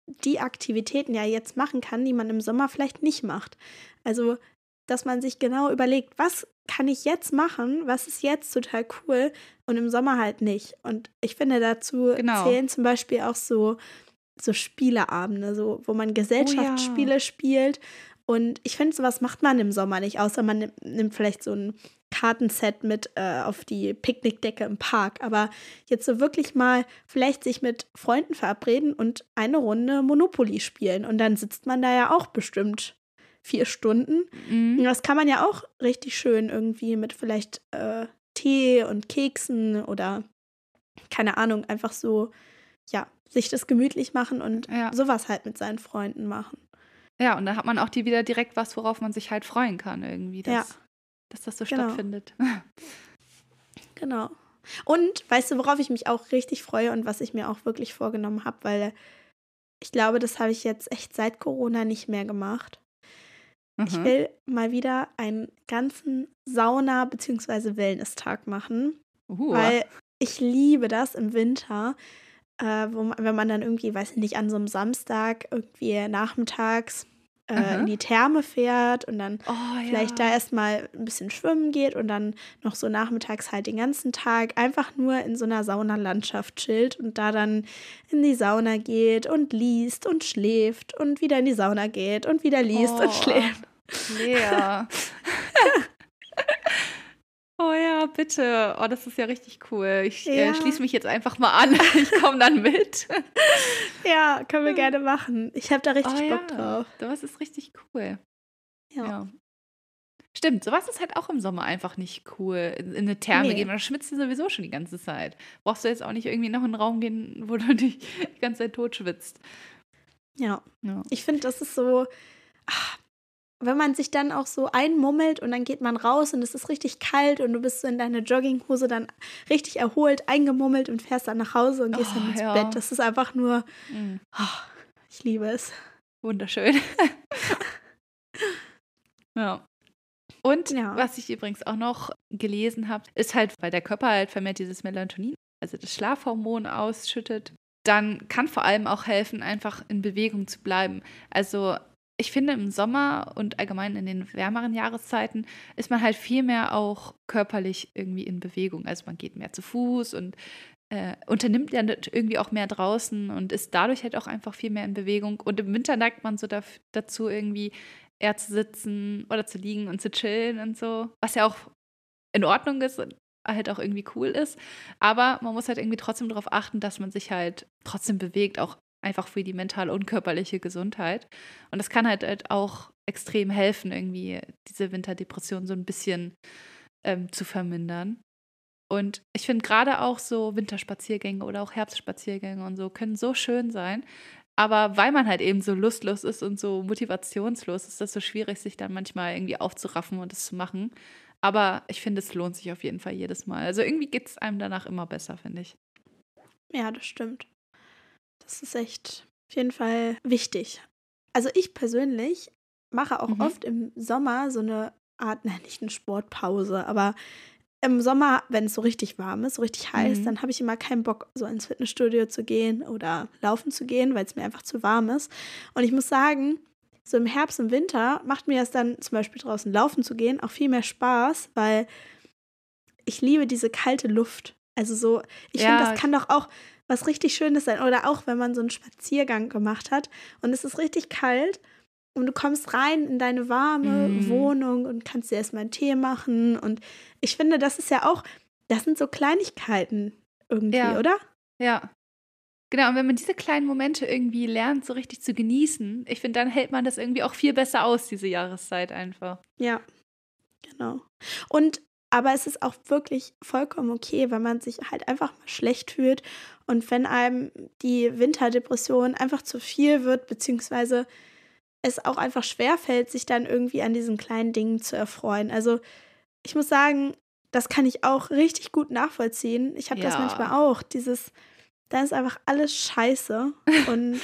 die Aktivitäten ja jetzt machen kann, die man im Sommer vielleicht nicht macht. Also, dass man sich genau überlegt, was kann ich jetzt machen, was ist jetzt total cool und im Sommer halt nicht. Und ich finde, dazu Genau. zählen zum Beispiel auch so, so Spieleabende, so, wo man Gesellschaftsspiele Oh ja. spielt. Und ich finde, sowas macht man im Sommer nicht, außer man nimmt, nimmt vielleicht so ein Kartenset mit äh, auf die Picknickdecke im Park. Aber jetzt so wirklich mal vielleicht sich mit Freunden verabreden und eine Runde Monopoly spielen. Und dann sitzt man da ja auch bestimmt vier Stunden. Und Mhm. das kann man ja auch richtig schön irgendwie mit vielleicht äh, Tee und Keksen oder keine Ahnung, einfach so, ja, sich das gemütlich machen und Ja. sowas halt mit seinen Freunden machen. Ja, und dann hat man auch die wieder direkt was, worauf man sich halt freuen kann irgendwie, Ja, dass, dass das so genau, stattfindet. genau. Und weißt du, worauf ich mich auch richtig freue und was ich mir auch wirklich vorgenommen habe, weil ich glaube, das habe ich jetzt echt seit Corona nicht mehr gemacht. Ich Mhm. will mal wieder einen ganzen Sauna- bzw. Wellness-Tag machen, Uh. weil ich liebe das im Winter, äh, wo man, wenn man dann irgendwie, weiß ich nicht, an so einem Samstag irgendwie nachmittags äh, in Aha. die Therme fährt und dann Oh vielleicht da ja. erstmal ein bisschen schwimmen geht und dann noch so nachmittags halt den ganzen Tag einfach nur in so einer Saunalandschaft chillt und da dann in die Sauna geht und liest und schläft und wieder in die Sauna geht und wieder liest und Oh, schläft. Lea. Oh ja, bitte. Oh, das ist ja richtig cool. Ich äh, Ja, schließe mich jetzt einfach mal an. Ich komme dann mit. ja, können wir gerne machen. Ich habe da Oh richtig Bock ja, drauf. sowas ist richtig cool. Ja. Ja. Stimmt, sowas ist halt auch im Sommer einfach nicht cool. In, in eine Therme Nee. gehen, da schwitzt du sowieso schon die ganze Zeit. Brauchst du jetzt auch nicht irgendwie noch in einen Raum gehen, wo du dich die ganze Zeit tot schwitzt. Ja. Ja. Ich finde, das ist so, ah, wenn man sich dann auch so einmummelt und dann geht man raus und es ist richtig kalt und du bist so in deine Jogginghose dann richtig erholt, eingemummelt und fährst dann nach Hause und gehst dann Oh ins Bett. ja, Das ist einfach nur, mm, ah, ich liebe es. wunderschön. Ja. Und Ja. was ich übrigens auch noch gelesen habe, ist halt, weil der Körper halt vermehrt dieses Melatonin, also das Schlafhormon ausschüttet, dann kann vor allem auch helfen, einfach in Bewegung zu bleiben. Also ich finde, im Sommer und allgemein in den wärmeren Jahreszeiten ist man halt viel mehr auch körperlich irgendwie in Bewegung. Also man geht mehr zu Fuß und äh, unternimmt ja irgendwie auch mehr draußen und ist dadurch halt auch einfach viel mehr in Bewegung. Und im Winter neigt man so daf- dazu, irgendwie eher zu sitzen oder zu liegen und zu chillen und so, was ja auch in Ordnung ist und halt auch irgendwie cool ist. Aber man muss halt irgendwie trotzdem darauf achten, dass man sich halt trotzdem bewegt, auch einfach für die mentale und körperliche Gesundheit. Und das kann halt, halt auch extrem helfen, irgendwie diese Winterdepression so ein bisschen ähm, zu vermindern. Und ich finde gerade auch so Winterspaziergänge oder auch Herbstspaziergänge und so können so schön sein. Aber weil man halt eben so lustlos ist und so motivationslos, ist das so schwierig, sich dann manchmal irgendwie aufzuraffen und das zu machen. Aber ich finde, es lohnt sich auf jeden Fall jedes Mal. Also irgendwie geht es einem danach immer besser, finde ich. Ja, das stimmt. Das ist echt auf jeden Fall wichtig. Also ich persönlich mache auch Mhm. oft im Sommer so eine Art, nein, nicht eine Sportpause, aber im Sommer, wenn es so richtig warm ist, so richtig heiß, Mhm. dann habe ich immer keinen Bock, so ins Fitnessstudio zu gehen oder laufen zu gehen, weil es mir einfach zu warm ist. Und ich muss sagen, so im Herbst und Winter macht mir das dann zum Beispiel draußen laufen zu gehen auch viel mehr Spaß, weil ich liebe diese kalte Luft. Also so, ich finde, das Ja, kann doch auch was richtig Schönes sein. Oder auch, wenn man so einen Spaziergang gemacht hat und es ist richtig kalt und du kommst rein in deine warme mm, Wohnung und kannst dir erstmal einen Tee machen. Und ich finde, das ist ja auch, das sind so Kleinigkeiten irgendwie, ja, oder? ja. Genau, und wenn man diese kleinen Momente irgendwie lernt, so richtig zu genießen, ich finde, dann hält man das irgendwie auch viel besser aus, diese Jahreszeit einfach. Ja, genau. Und aber es ist auch wirklich vollkommen okay, wenn man sich halt einfach mal schlecht fühlt und wenn einem die Winterdepression einfach zu viel wird, beziehungsweise es auch einfach schwerfällt, sich dann irgendwie an diesen kleinen Dingen zu erfreuen. Also ich muss sagen, das kann ich auch richtig gut nachvollziehen. Ich habe das manchmal Ja. auch, dieses, da ist einfach alles scheiße und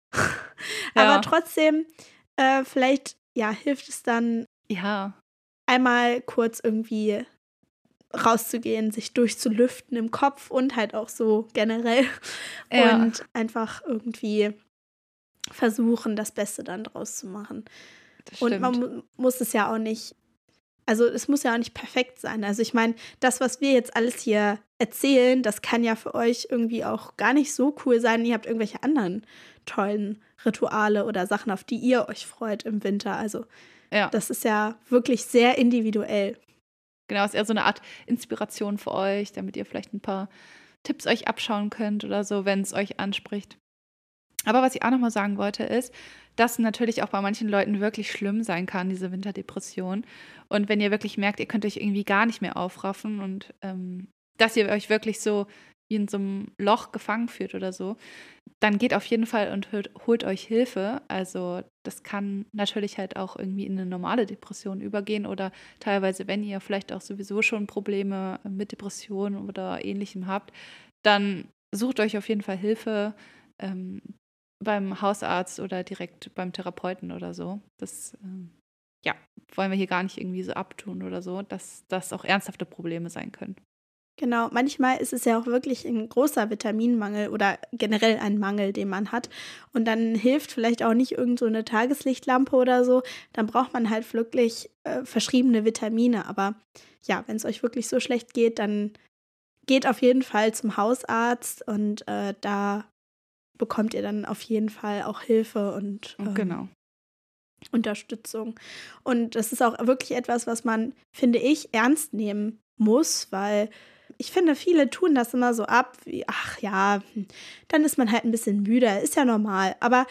aber Ja. trotzdem, äh, vielleicht, ja, hilft es dann Ja. einmal kurz irgendwie rauszugehen, sich durchzulüften im Kopf und halt auch so generell Ja. und einfach irgendwie, versuchen, das Beste dann draus zu machen. Das Und stimmt. man mu- muss es ja auch nicht, also es muss ja auch nicht perfekt sein. Also ich meine, das, was wir jetzt alles hier erzählen, das kann ja für euch irgendwie auch gar nicht so cool sein. Ihr habt irgendwelche anderen tollen Rituale oder Sachen, auf die ihr euch freut im Winter. Also Ja, das ist ja wirklich sehr individuell. genau, ist eher so eine Art Inspiration für euch, damit ihr vielleicht ein paar Tipps euch abschauen könnt oder so, wenn es euch anspricht. Aber was ich auch nochmal sagen wollte, ist, dass natürlich auch bei manchen Leuten wirklich schlimm sein kann, diese Winterdepression. Und wenn ihr wirklich merkt, ihr könnt euch irgendwie gar nicht mehr aufraffen und ähm, dass ihr euch wirklich so wie in so einem Loch gefangen fühlt oder so, dann geht auf jeden Fall und holt, holt euch Hilfe. Also das kann natürlich halt auch irgendwie in eine normale Depression übergehen oder teilweise, wenn ihr vielleicht auch sowieso schon Probleme mit Depressionen oder Ähnlichem habt, dann sucht euch auf jeden Fall Hilfe. Ähm, beim Hausarzt oder direkt beim Therapeuten oder so. Das ähm, ja, wollen wir hier gar nicht irgendwie so abtun oder so, dass das auch ernsthafte Probleme sein können. Genau, manchmal ist es ja auch wirklich ein großer Vitaminmangel oder generell ein Mangel, den man hat. Und dann hilft vielleicht auch nicht irgend so eine Tageslichtlampe oder so. Dann braucht man halt wirklich äh, verschriebene Vitamine. Aber ja, wenn es euch wirklich so schlecht geht, dann geht auf jeden Fall zum Hausarzt und äh, da bekommt ihr dann auf jeden Fall auch Hilfe und ähm, Genau. Unterstützung. Und das ist auch wirklich etwas, was man, finde ich, ernst nehmen muss, weil ich finde, viele tun das immer so ab, wie, ach ja, hm, dann ist man halt ein bisschen müde, ist ja normal. Aber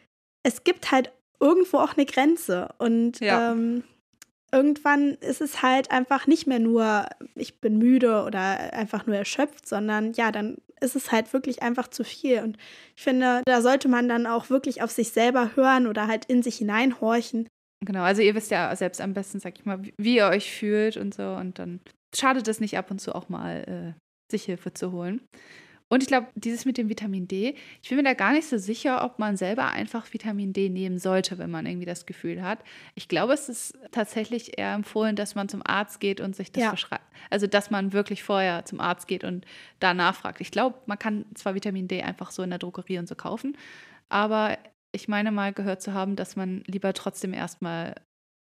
es gibt halt irgendwo auch eine Grenze. Und Ja. ähm, irgendwann ist es halt einfach nicht mehr nur, ich bin müde oder einfach nur erschöpft, sondern ja, dann ist es halt wirklich einfach zu viel. Und ich finde, da sollte man dann auch wirklich auf sich selber hören oder halt in sich hineinhorchen. Genau, also ihr wisst ja selbst am besten, sag ich mal, wie, wie ihr euch fühlt und so. Und dann schadet es nicht ab und zu auch mal, äh, sich Hilfe zu holen. Und ich glaube, dieses mit dem Vitamin D, ich bin mir da gar nicht so sicher, ob man selber einfach Vitamin D nehmen sollte, wenn man irgendwie das Gefühl hat. Ich glaube, es ist tatsächlich eher empfohlen, dass man zum Arzt geht und sich das Ja. verschreibt. Also, dass man wirklich vorher zum Arzt geht und da nachfragt. Ich glaube, man kann zwar Vitamin D einfach so in der Drogerie und so kaufen, aber ich meine mal gehört zu haben, dass man lieber trotzdem erstmal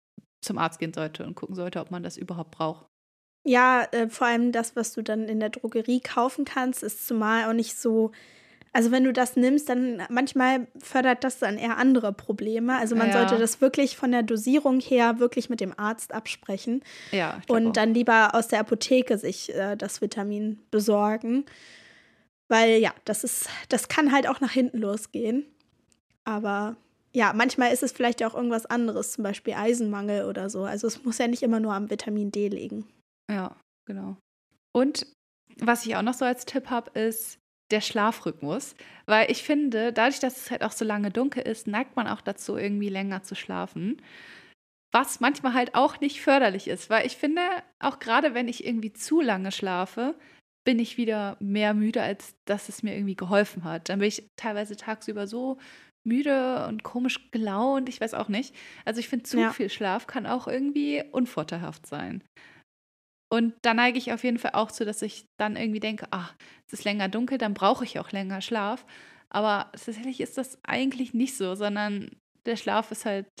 zum Arzt gehen sollte und gucken sollte, ob man das überhaupt braucht. Ja, äh, vor allem das, was du dann in der Drogerie kaufen kannst, ist zumal auch nicht so. Also wenn du das nimmst, dann manchmal fördert das dann eher andere Probleme. Also man Ja. sollte das wirklich von der Dosierung her wirklich mit dem Arzt absprechen Ja, ich glaub und auch. dann lieber aus der Apotheke sich äh, das Vitamin besorgen. Weil ja, das ist, das kann halt auch nach hinten losgehen. Aber ja, manchmal ist es vielleicht auch irgendwas anderes, zum Beispiel Eisenmangel oder so. Also es muss ja nicht immer nur am Vitamin D liegen. Ja, genau. Und was ich auch noch so als Tipp habe, ist der Schlafrhythmus. Weil ich finde, dadurch, dass es halt auch so lange dunkel ist, neigt man auch dazu, irgendwie länger zu schlafen. Was manchmal halt auch nicht förderlich ist. Weil ich finde, auch gerade wenn ich irgendwie zu lange schlafe, bin ich wieder mehr müde, als dass es mir irgendwie geholfen hat. Dann bin ich teilweise tagsüber so müde und komisch gelaunt, ich weiß auch nicht. Also ich finde, zu Ja. viel Schlaf kann auch irgendwie unvorteilhaft sein. Und da neige ich auf jeden Fall auch zu, dass ich dann irgendwie denke, ah, es ist länger dunkel, dann brauche ich auch länger Schlaf. Aber tatsächlich ist das eigentlich nicht so, sondern der Schlaf ist halt,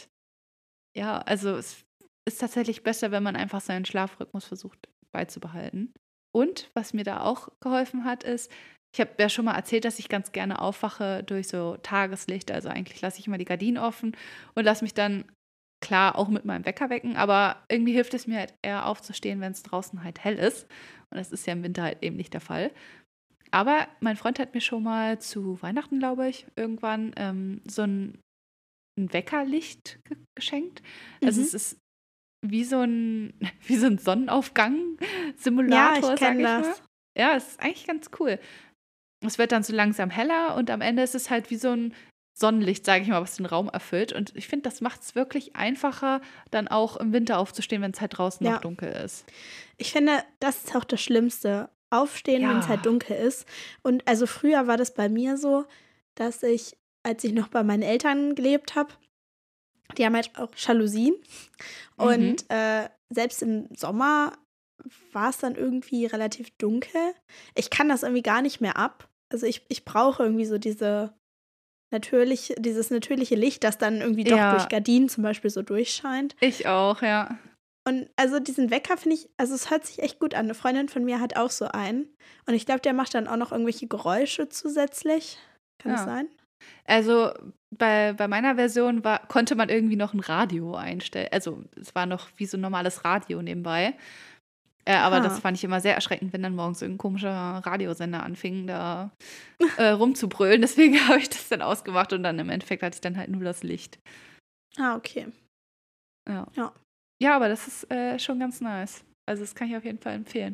ja, also es ist tatsächlich besser, wenn man einfach seinen Schlafrhythmus versucht beizubehalten. Und was mir da auch geholfen hat, ist, ich habe ja schon mal erzählt, dass ich ganz gerne aufwache durch so Tageslicht. Also eigentlich lasse ich immer die Gardinen offen und lasse mich dann, klar, auch mit meinem Wecker wecken, aber irgendwie hilft es mir halt eher aufzustehen, wenn es draußen halt hell ist. Und das ist ja im Winter halt eben nicht der Fall. Aber mein Freund hat mir schon mal zu Weihnachten, glaube ich, irgendwann ähm, so ein, ein Weckerlicht ge geschenkt. Also Mhm. es ist wie so ein, wie so ein Ja, Sonnenaufgang-Simulator, ich sage kenne ich mal. das. Ja, es ist eigentlich ganz cool. Es wird dann so langsam heller und am Ende ist es halt wie so ein Sonnenlicht, sage ich mal, was den Raum erfüllt. Und ich finde, das macht es wirklich einfacher, dann auch im Winter aufzustehen, wenn es halt draußen Ja. noch dunkel ist. Ich finde, das ist auch das Schlimmste. Aufstehen, wenn es halt Ja. dunkel ist. Und also früher war das bei mir so, dass ich, als ich noch bei meinen Eltern gelebt habe, die haben halt auch Jalousien. Mhm. Und äh, selbst im Sommer war es dann irgendwie relativ dunkel. Ich kann das irgendwie gar nicht mehr ab. Also ich, ich brauche irgendwie so diese natürlich, dieses natürliche Licht, das dann irgendwie doch Ja. durch Gardinen zum Beispiel so durchscheint. Ich auch, ja. Und also diesen Wecker finde ich, also es hört sich echt gut an. Eine Freundin von mir hat auch so einen. Und ich glaube, der macht dann auch noch irgendwelche Geräusche zusätzlich. Kann das Ja. sein? Also bei, bei meiner Version war, konnte man irgendwie noch ein Radio einstellen. Also es war noch wie so ein normales Radio nebenbei. Äh, aber Ah. das fand ich immer sehr erschreckend, wenn dann morgens irgendein komischer Radiosender anfing, da äh, rumzubrüllen. Deswegen habe ich das dann ausgemacht und dann im Endeffekt hatte ich dann halt nur das Licht. Ah, okay. Ja, Ja. ja, aber das ist äh, schon ganz nice. Also das kann ich auf jeden Fall empfehlen.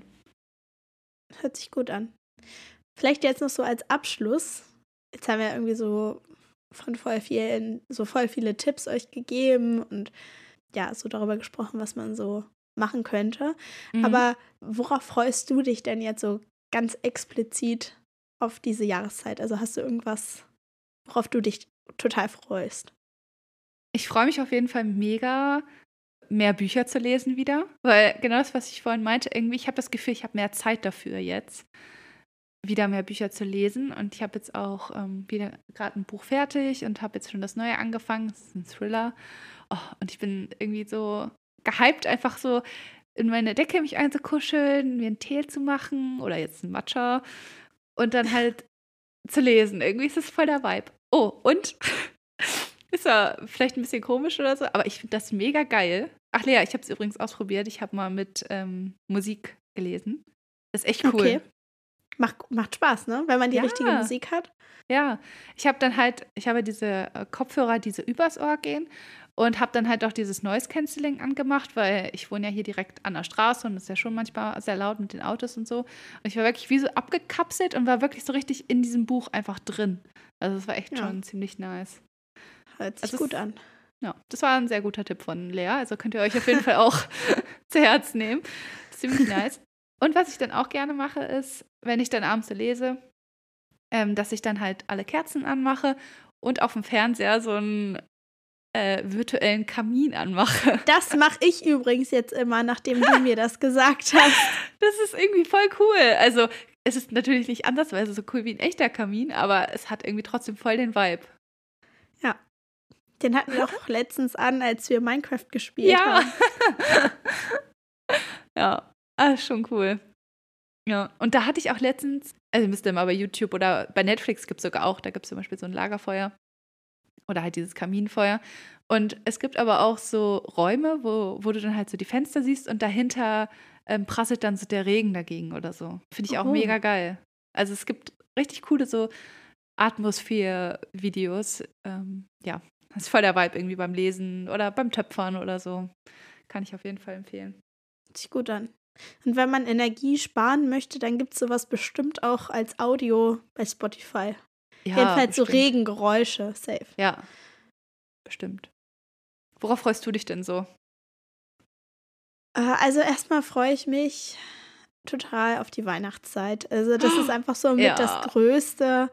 Hört sich gut an. Vielleicht jetzt noch so als Abschluss. Jetzt haben wir irgendwie so von voll vielen, so voll viele Tipps euch gegeben und ja, so darüber gesprochen, was man so machen könnte. Mhm. Aber worauf freust du dich denn jetzt so ganz explizit auf diese Jahreszeit? Also hast du irgendwas, worauf du dich total freust? Ich freue mich auf jeden Fall mega, mehr Bücher zu lesen wieder, weil genau das, was ich vorhin meinte, irgendwie, ich habe das Gefühl, ich habe mehr Zeit dafür jetzt, wieder mehr Bücher zu lesen. Und ich habe jetzt auch ähm, wieder gerade ein Buch fertig und habe jetzt schon das Neue angefangen. Das ist ein Thriller. Oh, und ich bin irgendwie so gehypt, einfach so in meine Decke mich einzukuscheln, mir einen Tee zu machen oder jetzt einen Matcha und dann halt zu lesen. Irgendwie ist das voll der Vibe. Oh, und ist ja vielleicht ein bisschen komisch oder so, aber ich finde das mega geil. Ach Lea, ich habe es übrigens ausprobiert. Ich habe mal mit ähm, Musik gelesen. Das ist echt cool. Okay. Macht, macht Spaß, ne? Wenn man die Ja. richtige Musik hat. Ja, ich habe dann halt, ich habe diese äh, Kopfhörer, diese übers Ohr gehen und habe dann halt auch dieses Noise Cancelling angemacht, weil ich wohne ja hier direkt an der Straße und es ist ja schon manchmal sehr laut mit den Autos und so. Und ich war wirklich wie so abgekapselt und war wirklich so richtig in diesem Buch einfach drin. Also es war echt Ja. schon ziemlich nice. Hört sich Also es- gut an. Ja, das war ein sehr guter Tipp von Lea. Also könnt ihr euch auf jeden Fall auch zu Herz nehmen. Ziemlich nice. Und was ich dann auch gerne mache, ist, wenn ich dann abends so lese, ähm, dass ich dann halt alle Kerzen anmache und auf dem Fernseher so einen äh, virtuellen Kamin anmache. Das mache ich übrigens jetzt immer, nachdem du mir das gesagt hast. Das ist irgendwie voll cool. Also es ist natürlich nicht ansatzweise so cool wie ein echter Kamin, aber es hat irgendwie trotzdem voll den Vibe. Ja. Den hatten wir auch letztens an, als wir Minecraft gespielt Ja. haben. Ja, ah, schon cool. Ja, und da hatte ich auch letztens, also müsst ihr mal bei YouTube oder bei Netflix gibt es sogar auch, da gibt es zum Beispiel so ein Lagerfeuer oder halt dieses Kaminfeuer. Und es gibt aber auch so Räume, wo, wo du dann halt so die Fenster siehst und dahinter ähm, prasselt dann so der Regen dagegen oder so. Finde ich auch Oh. mega geil. Also es gibt richtig coole so Atmosphäre-Videos. Ähm, ja, das ist voll der Vibe irgendwie beim Lesen oder beim Töpfern oder so. Kann ich auf jeden Fall empfehlen. Hört sich gut an. Und wenn man Energie sparen möchte, dann gibt es sowas bestimmt auch als Audio bei Spotify. Ja, Jedenfalls so bestimmt. Regengeräusche, safe. Ja, bestimmt. Worauf freust du dich denn so? Äh, Also erstmal freue ich mich total auf die Weihnachtszeit. Also das ist einfach so mit Ja. das Größte.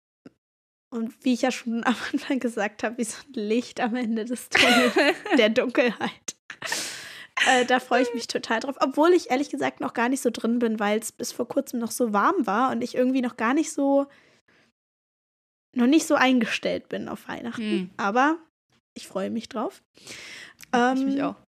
Und wie ich ja schon am Anfang gesagt habe, wie so ein Licht am Ende des Tunnels der Dunkelheit. Äh, da freue ich mich total drauf. Obwohl ich ehrlich gesagt noch gar nicht so drin bin, weil es bis vor kurzem noch so warm war und ich irgendwie noch gar nicht so, noch nicht so eingestellt bin auf Weihnachten. Hm. Aber ich freue mich drauf. ich mich Ähm, auch.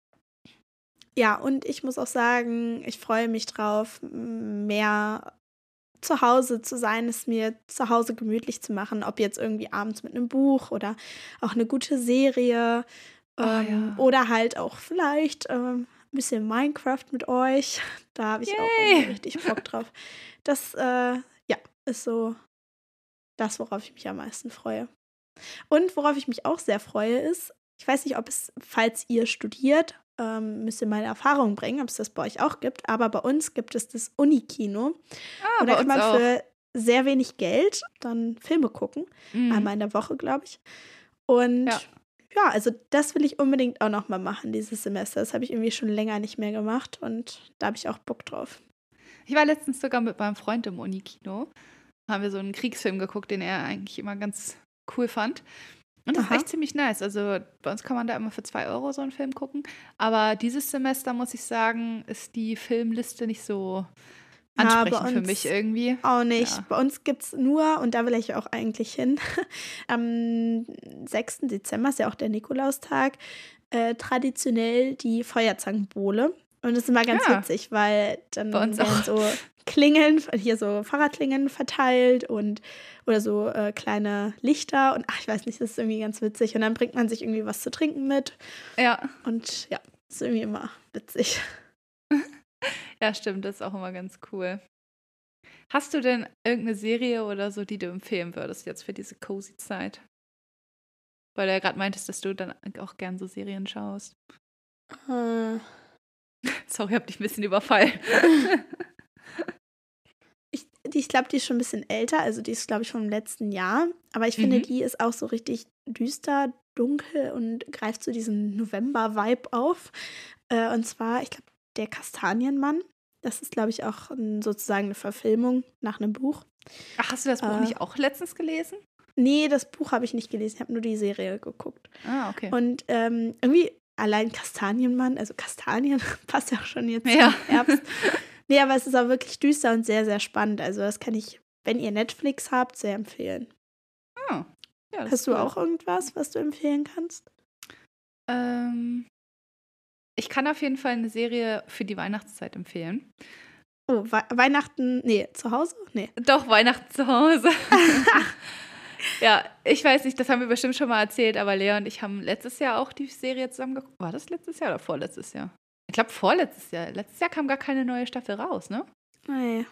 Ja, und ich muss auch sagen, ich freue mich drauf, m- mehr zu Hause zu sein, es mir zu Hause gemütlich zu machen, ob jetzt irgendwie abends mit einem Buch oder auch eine gute Serie Oh, ähm, ja. oder halt auch vielleicht ähm, ein bisschen Minecraft mit euch. Da habe ich auch Yay. irgendwie richtig Bock drauf. Das, äh, ja, ist so das, worauf ich mich am meisten freue. Und worauf ich mich auch sehr freue, ist, ich weiß nicht, ob es, falls ihr studiert, ähm, müsst ihr meine Erfahrung bringen, ob es das bei euch auch gibt, aber bei uns gibt es das Unikino. Ah, Und da bei kann uns man auch. für sehr wenig Geld dann Filme gucken. Mhm. Einmal in der Woche, glaube ich. Und Ja. ja. also das will ich unbedingt auch noch mal machen dieses Semester. Das habe ich irgendwie schon länger nicht mehr gemacht und da habe ich auch Bock drauf. Ich war letztens sogar mit meinem Freund im Unikino. Haben wir so einen Kriegsfilm geguckt, den er eigentlich immer ganz cool fand. Und das Aha. ist echt ziemlich nice. Also bei uns kann man da immer für zwei Euro so einen Film gucken. Aber dieses Semester, muss ich sagen, ist die Filmliste nicht so ansprechend bei für uns mich irgendwie. Auch nicht. Ja. Bei uns gibt es nur, und da will ich auch eigentlich hin, am sechsten Dezember ist ja auch der Nikolaustag, äh, traditionell die Feuerzangenbowle. Und das ist immer ganz Ja, witzig, weil bei dann uns werden auch. so Klingeln, hier so Fahrradklingeln verteilt und oder so äh, kleine Lichter und ach, ich weiß nicht, das ist irgendwie ganz witzig. Und dann bringt man sich irgendwie was zu trinken mit Ja, und ja, das ist irgendwie immer witzig. ja, stimmt, das ist auch immer ganz cool. Hast du denn irgendeine Serie oder so, die du empfehlen würdest jetzt für diese cozy Zeit? Weil du ja gerade meintest, dass du dann auch gern so Serien schaust. Äh, Sorry, hab dich ein bisschen überfallen. ich die, ich glaube, die ist schon ein bisschen älter, also die ist, glaube ich, vom letzten Jahr. Aber ich finde, Mhm. die ist auch so richtig düster, dunkel und greift so diesen November-Vibe auf. Äh, und zwar, ich glaube, der Kastanienmann. Das ist, glaube ich, auch ein, sozusagen eine Verfilmung nach einem Buch. Ach, hast du das Buch Äh, nicht auch letztens gelesen? nee, das Buch habe ich nicht gelesen, ich habe nur die Serie geguckt. Ah, okay. Und ähm, irgendwie allein Kastanienmann, also Kastanien, passt ja auch schon jetzt Ja. zum Herbst. Nee, aber es ist auch wirklich düster und sehr, sehr spannend. Also das kann ich, wenn ihr Netflix habt, sehr empfehlen. Ah, ja, das Hast ist du cool. auch irgendwas, was du empfehlen kannst? Ähm, ich kann auf jeden Fall eine Serie für die Weihnachtszeit empfehlen. Oh, We Weihnachten, nee, zu Hause? Nee. Doch, Weihnachten zu Hause. Ja, ich weiß nicht, das haben wir bestimmt schon mal erzählt, aber Lea und ich haben letztes Jahr auch die Serie zusammen geguckt. War das letztes Jahr oder vorletztes Jahr? Ich glaube, vorletztes Jahr. Letztes Jahr kam gar keine neue Staffel raus, ne? Nee.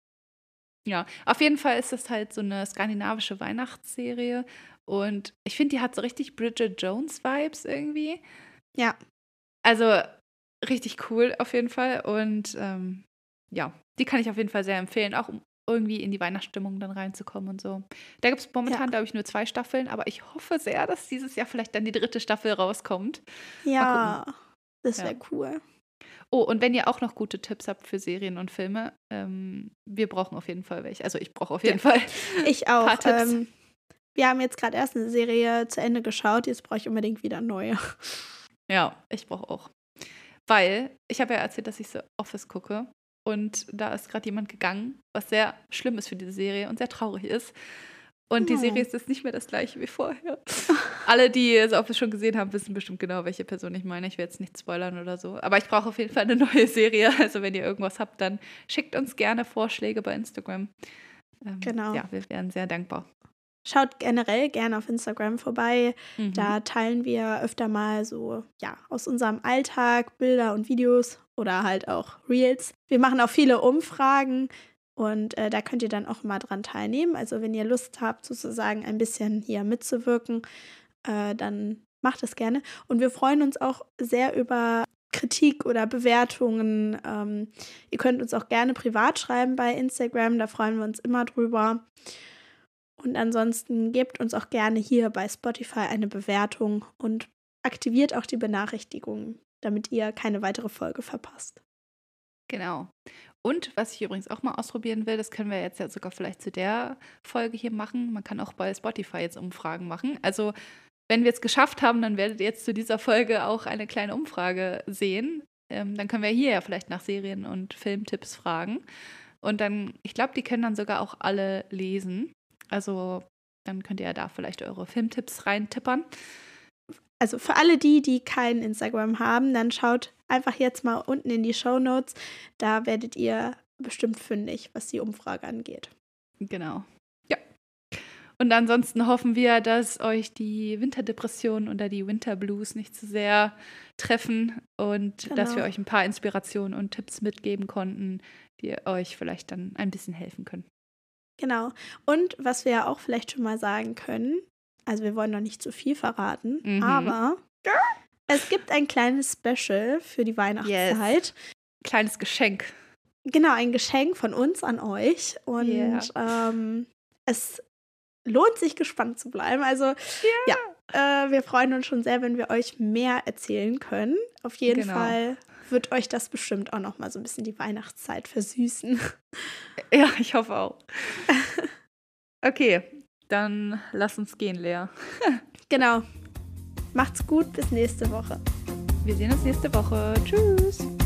Ja, auf jeden Fall ist das halt so eine skandinavische Weihnachtsserie. Und ich finde, die hat so richtig Bridget Jones-Vibes irgendwie. Ja. Also richtig cool auf jeden Fall. Und ähm, ja, die kann ich auf jeden Fall sehr empfehlen, auch um irgendwie in die Weihnachtsstimmung dann reinzukommen und so. Da gibt es momentan, Ja. glaube ich, nur zwei Staffeln, aber ich hoffe sehr, dass dieses Jahr vielleicht dann die dritte Staffel rauskommt. Ja, das wäre Ja. cool. Oh, und wenn ihr auch noch gute Tipps habt für Serien und Filme, ähm, wir brauchen auf jeden Fall welche. Also ich brauche auf jeden Fall Ich ein auch. paar Tipps. Ähm, wir haben jetzt gerade erst eine Serie zu Ende geschaut, jetzt brauche ich unbedingt wieder neue. Ja, ich brauche auch. Weil ich habe ja erzählt, dass ich so Office gucke. Und da ist gerade jemand gegangen, was sehr schlimm ist für diese Serie und sehr traurig ist. Und die Oh. Serie ist jetzt nicht mehr das gleiche wie vorher. Alle, die so Office schon gesehen haben, wissen bestimmt genau, welche Person ich meine. Ich will jetzt nicht spoilern oder so. Aber ich brauche auf jeden Fall eine neue Serie. Also wenn ihr irgendwas habt, dann schickt uns gerne Vorschläge bei Instagram. Ähm, Genau. Ja, wir wären sehr dankbar. Schaut generell gerne auf Instagram vorbei. Mhm. Da teilen wir öfter mal so, ja, aus unserem Alltag Bilder und Videos oder halt auch Reels. Wir machen auch viele Umfragen und äh, da könnt ihr dann auch mal dran teilnehmen. Also wenn ihr Lust habt, sozusagen ein bisschen hier mitzuwirken, äh, dann macht es gerne. Und wir freuen uns auch sehr über Kritik oder Bewertungen. Ähm, ihr könnt uns auch gerne privat schreiben bei Instagram, da freuen wir uns immer drüber. Und ansonsten gebt uns auch gerne hier bei Spotify eine Bewertung und aktiviert auch die Benachrichtigungen, damit ihr keine weitere Folge verpasst. Genau. Und was ich übrigens auch mal ausprobieren will, das können wir jetzt ja sogar vielleicht zu der Folge hier machen. Man kann auch bei Spotify jetzt Umfragen machen. Also wenn wir es geschafft haben, dann werdet ihr jetzt zu dieser Folge auch eine kleine Umfrage sehen. Ähm, dann können wir hier ja vielleicht nach Serien- und Filmtipps fragen. Und dann, ich glaube, die können dann sogar auch alle lesen. Also dann könnt ihr ja da vielleicht eure Filmtipps reintippern. Also für alle die, die kein Instagram haben, dann schaut einfach jetzt mal unten in die Shownotes. Da werdet ihr bestimmt fündig, was die Umfrage angeht. Genau. Ja. Und ansonsten hoffen wir, dass euch die Winterdepressionen oder die Winterblues nicht zu sehr treffen und Genau. dass wir euch ein paar Inspirationen und Tipps mitgeben konnten, die euch vielleicht dann ein bisschen helfen können. Genau. Und was wir ja auch vielleicht schon mal sagen können, also wir wollen noch nicht zu viel verraten, Mhm. aber es gibt ein kleines Special für die Weihnachtszeit. Kleines Geschenk. Genau, ein Geschenk von uns an euch. Und Yeah. ähm, es lohnt sich, gespannt zu bleiben. Also ja, äh, wir freuen uns schon sehr, wenn wir euch mehr erzählen können. Auf jeden Genau. Fall wird euch das bestimmt auch noch mal so ein bisschen die Weihnachtszeit versüßen. Ja, ich hoffe auch. Okay, dann lass uns gehen, Lea. Genau. Macht's gut, bis nächste Woche. Wir sehen uns nächste Woche. Tschüss.